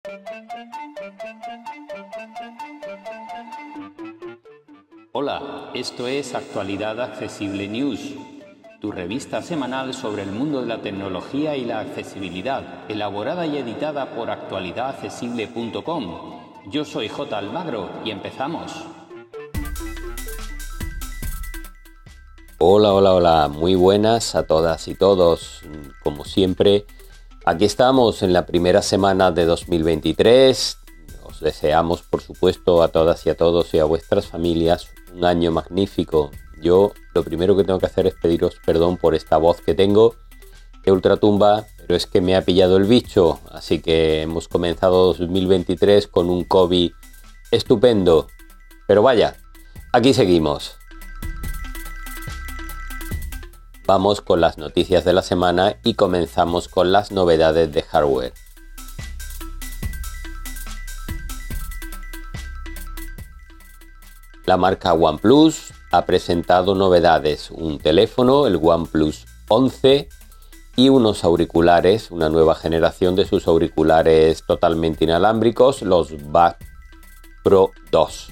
Hola, esto es Actualidad Accesible News, tu revista semanal sobre el mundo de la tecnología y la accesibilidad, elaborada y editada por actualidadaccesible.com. Yo soy J. Almagro y empezamos. Hola, muy buenas a todas y todos. Como siempre, aquí estamos en la primera semana de 2023. Os deseamos, por supuesto, a todas y a todos y a vuestras familias un año magnífico. Yo lo primero que tengo que hacer es pediros perdón por esta voz que tengo de ultratumba, pero es que me ha pillado el bicho, así que hemos comenzado 2023 con un COVID estupendo. Pero vaya, aquí seguimos. Vamos con las noticias de la semana y comenzamos con las novedades de hardware. La marca OnePlus ha presentado novedades, un teléfono, el OnePlus 11, y unos auriculares, una nueva generación de sus auriculares totalmente inalámbricos, los Buds Pro 2.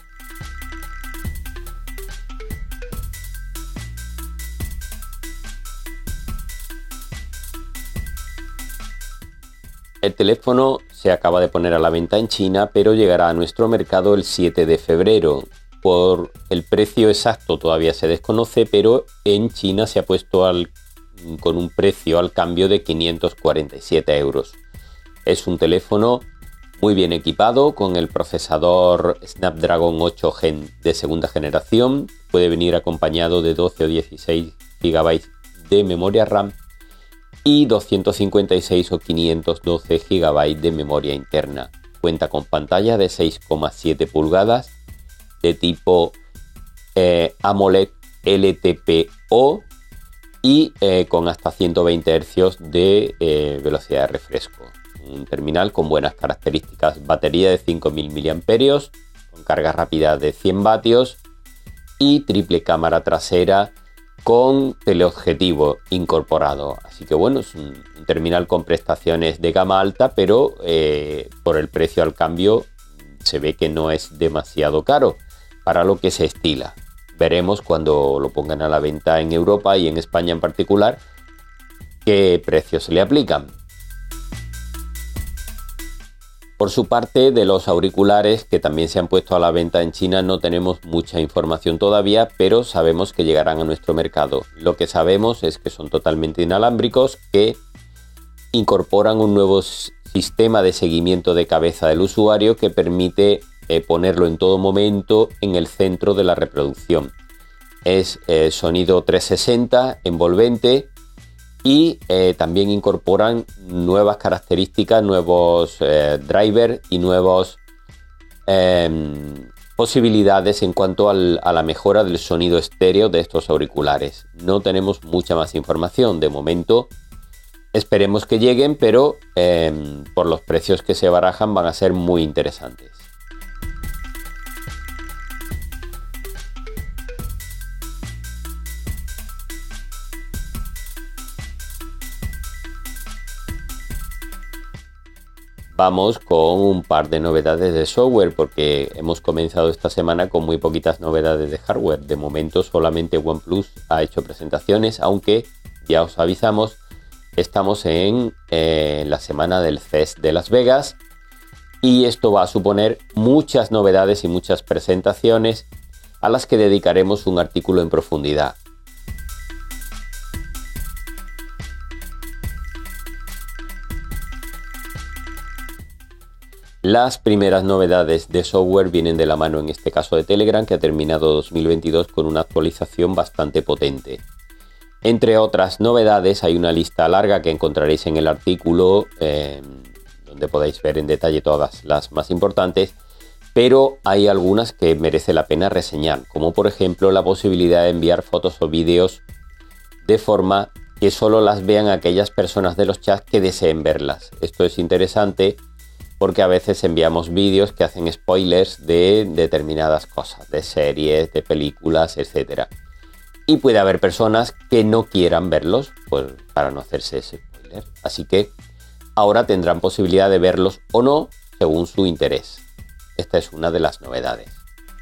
El teléfono se acaba de poner a la venta en China, pero llegará a nuestro mercado el 7 de febrero. Por el precio exacto todavía se desconoce, pero en China se ha puesto con un precio al cambio de 547 euros. Es un teléfono muy bien equipado con el procesador Snapdragon 8 Gen de segunda generación. Puede venir acompañado de 12 o 16 GB de memoria RAM y 256 o 512 GB de memoria interna. Cuenta con pantalla de 6,7 pulgadas de tipo AMOLED LTPO y con hasta 120 Hz de velocidad de refresco. Un terminal con buenas características: batería de 5000 mAh, con carga rápida de 100 vatios y triple cámara trasera con teleobjetivo incorporado. Así que bueno, es un terminal con prestaciones de gama alta, pero por el precio al cambio se ve que no es demasiado caro para lo que se estila. Veremos cuando lo pongan a la venta en Europa y en España en particular qué precios se le aplican. Por su parte, de los auriculares que también se han puesto a la venta en China no tenemos mucha información todavía, pero sabemos que llegarán a nuestro mercado. Lo que sabemos es que son totalmente inalámbricos, que incorporan un nuevo sistema de seguimiento de cabeza del usuario que permite ponerlo en todo momento en el centro de la reproducción. Es sonido 360 envolvente y también incorporan nuevas características, nuevos drivers y nuevas posibilidades en cuanto a la mejora del sonido estéreo de estos auriculares. No tenemos mucha más información de momento. Esperemos que lleguen, pero por los precios que se barajan van a ser muy interesantes. Vamos con un par de novedades de software, porque hemos comenzado esta semana con muy poquitas novedades de hardware. De momento solamente OnePlus ha hecho presentaciones, aunque ya os avisamos, estamos en la semana del CES de Las Vegas y esto va a suponer muchas novedades y muchas presentaciones a las que dedicaremos un artículo en profundidad. Las primeras novedades de software vienen de la mano, en este caso, de Telegram, que ha terminado 2022 con una actualización bastante potente. Entre otras novedades, hay una lista larga que encontraréis en el artículo, donde podéis ver en detalle todas las más importantes, pero hay algunas que merece la pena reseñar, como por ejemplo la posibilidad de enviar fotos o vídeos de forma que solo las vean aquellas personas de los chats que deseen verlas. Esto es interesante porque a veces enviamos vídeos que hacen spoilers de determinadas cosas, de series, de películas, etc. Y puede haber personas que no quieran verlos, pues, para no hacerse ese spoiler. Así que ahora tendrán posibilidad de verlos o no según su interés. Esta es una de las novedades.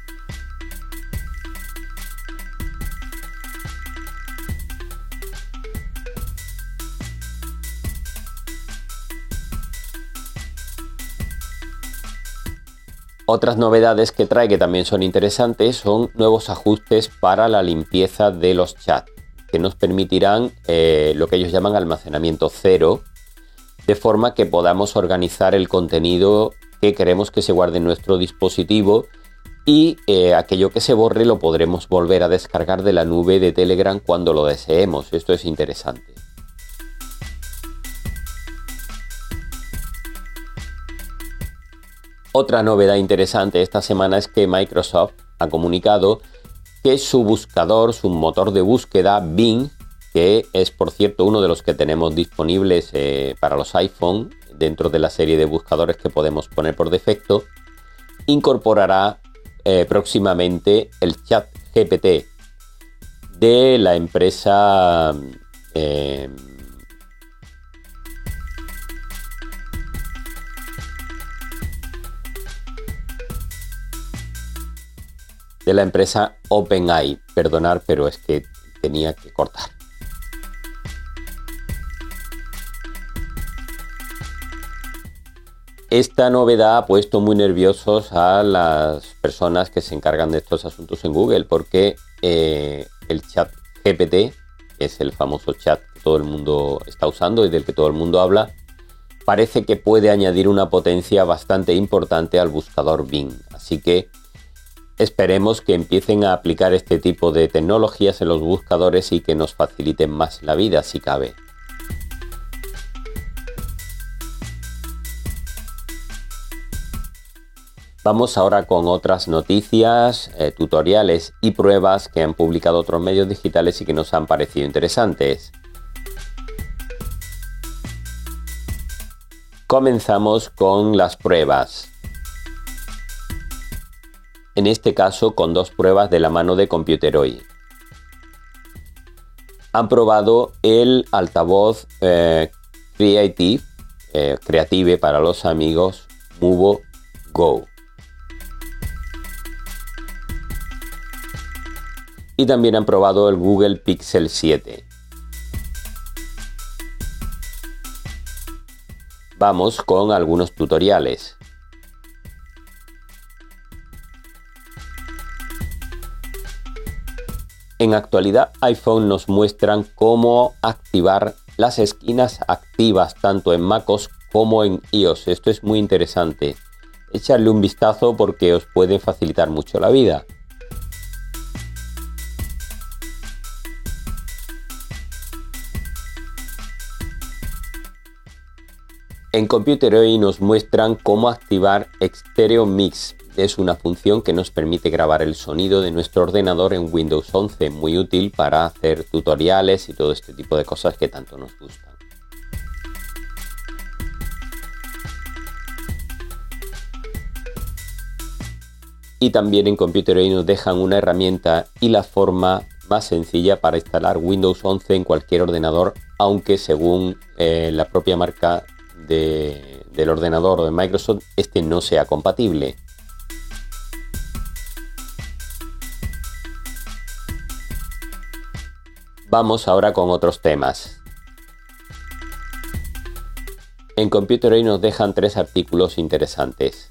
Otras novedades que trae que también son interesantes son nuevos ajustes para la limpieza de los chats, que nos permitirán lo que ellos llaman almacenamiento cero, de forma que podamos organizar el contenido que queremos que se guarde en nuestro dispositivo y aquello que se borre lo podremos volver a descargar de la nube de Telegram cuando lo deseemos. Esto es interesante. Otra novedad interesante esta semana es que Microsoft ha comunicado que su buscador, su motor de búsqueda Bing, que es por cierto uno de los que tenemos disponibles para los iPhone dentro de la serie de buscadores que podemos poner por defecto, incorporará próximamente el chat GPT de la empresa OpenAI. Perdonar, pero es que tenía que cortar. Esta novedad ha puesto muy nerviosos a las personas que se encargan de estos asuntos en Google, porque el chat GPT, que es el famoso chat que todo el mundo está usando y del que todo el mundo habla, parece que puede añadir una potencia bastante importante al buscador Bing. Así que esperemos que empiecen a aplicar este tipo de tecnologías en los buscadores y que nos faciliten más la vida, si cabe. Vamos ahora con otras noticias, tutoriales y pruebas que han publicado otros medios digitales y que nos han parecido interesantes. Comenzamos con las pruebas. En este caso con dos pruebas de la mano de Computeroid. Han probado el altavoz Creative para los amigos Muvo Go. Y también han probado el Google Pixel 7. Vamos con algunos tutoriales. En actualidad, iPhone nos muestran cómo activar las esquinas activas tanto en MacOS como en iOS. Esto es muy interesante. Echadle un vistazo porque os puede facilitar mucho la vida. En Computeroid nos muestran cómo activar Stereo Mix. Es una función que nos permite grabar el sonido de nuestro ordenador en Windows 11, muy útil para hacer tutoriales y todo este tipo de cosas que tanto nos gustan. Y también en Computeroid nos dejan una herramienta y la forma más sencilla para instalar Windows 11 en cualquier ordenador, aunque según la propia marca del ordenador o de Microsoft, este no sea compatible. Vamos ahora con otros temas. En Computeroid nos dejan 3 artículos interesantes.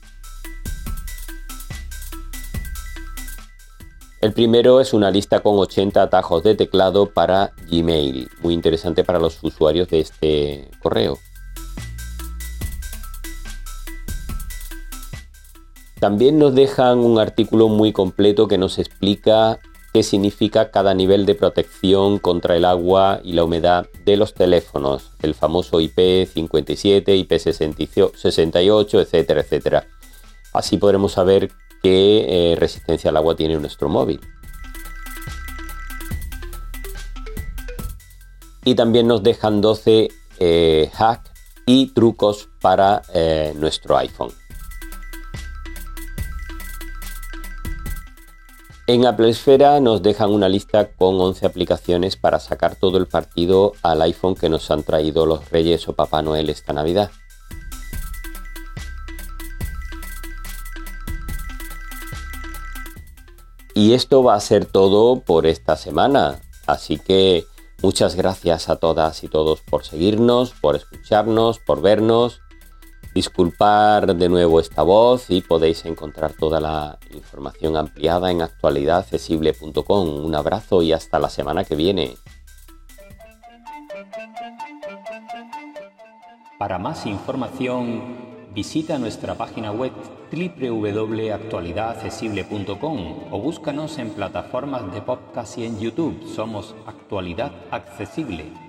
El primero es una lista con 80 atajos de teclado para Gmail, muy interesante para los usuarios de este correo. También nos dejan un artículo muy completo que nos explica qué significa cada nivel de protección contra el agua y la humedad de los teléfonos, el famoso IP57, IP68, etcétera, etcétera. Así podremos saber qué resistencia al agua tiene nuestro móvil. Y también nos dejan 12 hacks y trucos para nuestro iPhone. En Apple Esfera nos dejan una lista con 11 aplicaciones para sacar todo el partido al iPhone que nos han traído los Reyes o Papá Noel esta Navidad. Y esto va a ser todo por esta semana, así que muchas gracias a todas y todos por seguirnos, por escucharnos, por vernos. Disculpar de nuevo esta voz y podéis encontrar toda la información ampliada en actualidadaccesible.com. Un abrazo y hasta la semana que viene. Para más información, visita nuestra página web www.actualidadaccesible.com o búscanos en plataformas de podcast y en YouTube. Somos Actualidad Accesible.